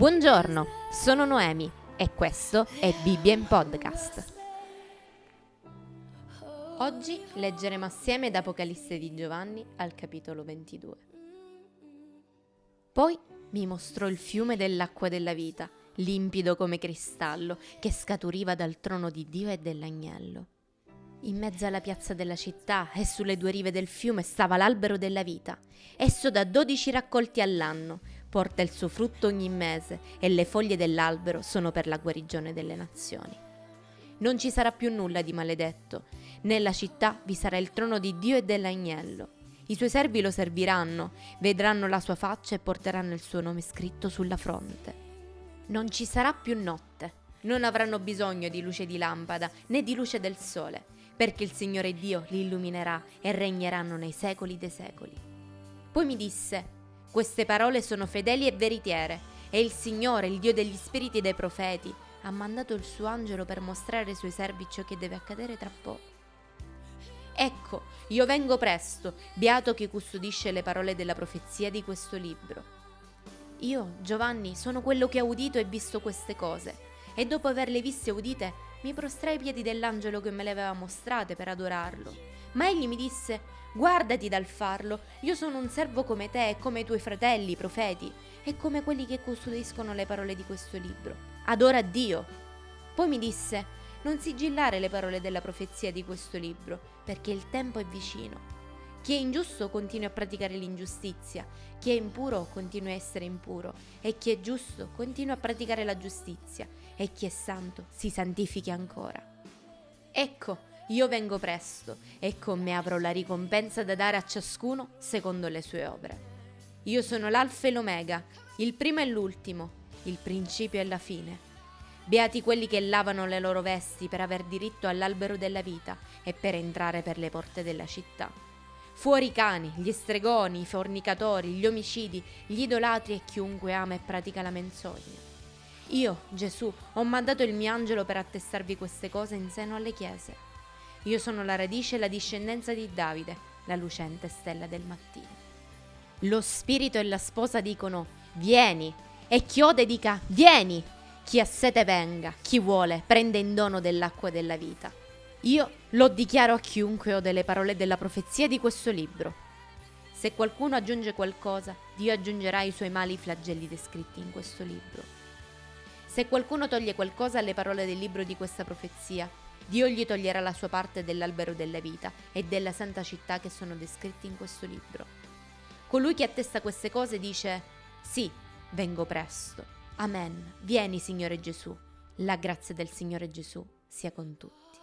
Buongiorno, sono Noemi e questo è Bibbia in Podcast. Oggi leggeremo assieme da Apocalisse di Giovanni al capitolo 22. Poi mi mostrò il fiume dell'acqua della vita, limpido come cristallo, che scaturiva dal trono di Dio e dell'agnello. In mezzo alla piazza della città e sulle due rive del fiume stava l'albero della vita. Esso dà 12 raccolti all'anno, porta il suo frutto ogni mese e le foglie dell'albero sono per la guarigione delle nazioni. Non ci sarà più nulla di maledetto. Nella città vi sarà il trono di Dio e dell'agnello. I suoi servi lo serviranno, vedranno la sua faccia e porteranno il suo nome scritto sulla fronte. Non ci sarà più notte. Non avranno bisogno di luce di lampada né di luce del sole, perché il Signore Dio li illuminerà e regneranno nei secoli dei secoli. Poi mi disse: queste parole sono fedeli e veritiere, e il Signore, il Dio degli spiriti e dei profeti, ha mandato il suo angelo per mostrare ai suoi servi ciò che deve accadere tra poco. Ecco, io vengo presto, beato chi custodisce le parole della profezia di questo libro. Io, Giovanni, sono quello che ha udito e visto queste cose, e dopo averle viste e udite, mi prostrai ai piedi dell'angelo che me le aveva mostrate per adorarlo. Ma egli mi disse: guardati dal farlo, io sono un servo come te e come i tuoi fratelli, i profeti, e come quelli che custodiscono le parole di questo libro. Adora Dio. Poi mi disse: non sigillare le parole della profezia di questo libro, perché il tempo è vicino. Chi è ingiusto continui a praticare l'ingiustizia, chi è impuro continui a essere impuro, e chi è giusto continui a praticare la giustizia, e chi è santo si santifichi ancora. Ecco, io vengo presto, e con me avrò la ricompensa da dare a ciascuno secondo le sue opere. Io sono l'Alfa e l'Omega, il primo e l'ultimo, il principio e la fine. Beati quelli che lavano le loro vesti per aver diritto all'albero della vita e per entrare per le porte della città. Fuori i cani, gli stregoni, i fornicatori, gli omicidi, gli idolatri e chiunque ama e pratica la menzogna. Io, Gesù, ho mandato il mio angelo per attestarvi queste cose in seno alle chiese. Io sono la radice e la discendenza di Davide, la lucente stella del mattino. Lo spirito e la sposa dicono: vieni, e chi ode dica: vieni. Chi ha sete venga, chi vuole prende in dono dell'acqua della vita. Io lo dichiaro a chiunque ode le parole della profezia di questo libro. Se qualcuno aggiunge qualcosa, Dio aggiungerà ai suoi mali i flagelli descritti in questo libro. Se qualcuno toglie qualcosa alle parole del libro di questa profezia, Dio gli toglierà la sua parte dell'albero della vita e della santa città che sono descritti in questo libro. Colui che attesta queste cose dice: sì, vengo presto. Amen. Vieni, Signore Gesù. La grazia del Signore Gesù sia con tutti.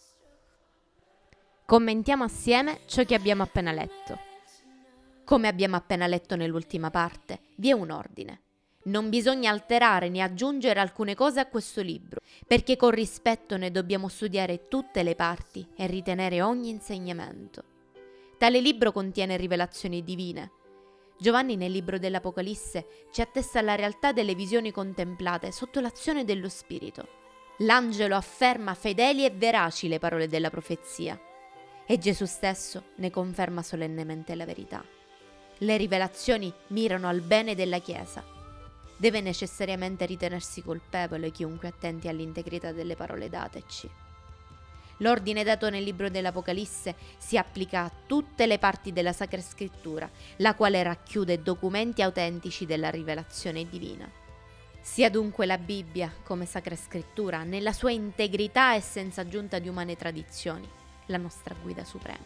Commentiamo assieme ciò che abbiamo appena letto. Come abbiamo appena letto nell'ultima parte, vi è un ordine. Non bisogna alterare né aggiungere alcune cose a questo libro, perché con rispetto ne dobbiamo studiare tutte le parti e ritenere ogni insegnamento. Tale libro contiene rivelazioni divine. Giovanni nel libro dell'Apocalisse ci attesta la realtà delle visioni contemplate sotto l'azione dello Spirito. L'angelo afferma fedeli e veraci le parole della profezia e Gesù stesso ne conferma solennemente la verità. Le rivelazioni mirano al bene della Chiesa. Deve necessariamente ritenersi colpevole chiunque attenti all'integrità delle parole dateci. L'ordine dato nel libro dell'Apocalisse si applica a tutte le parti della Sacra Scrittura, la quale racchiude documenti autentici della rivelazione divina. Sia dunque la Bibbia, come Sacra Scrittura, nella sua integrità e senza aggiunta di umane tradizioni, la nostra guida suprema.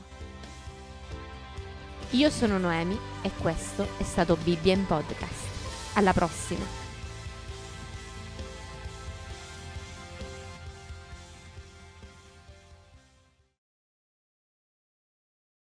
Io sono Noemi e questo è stato Bibbia in Podcast. Alla prossima!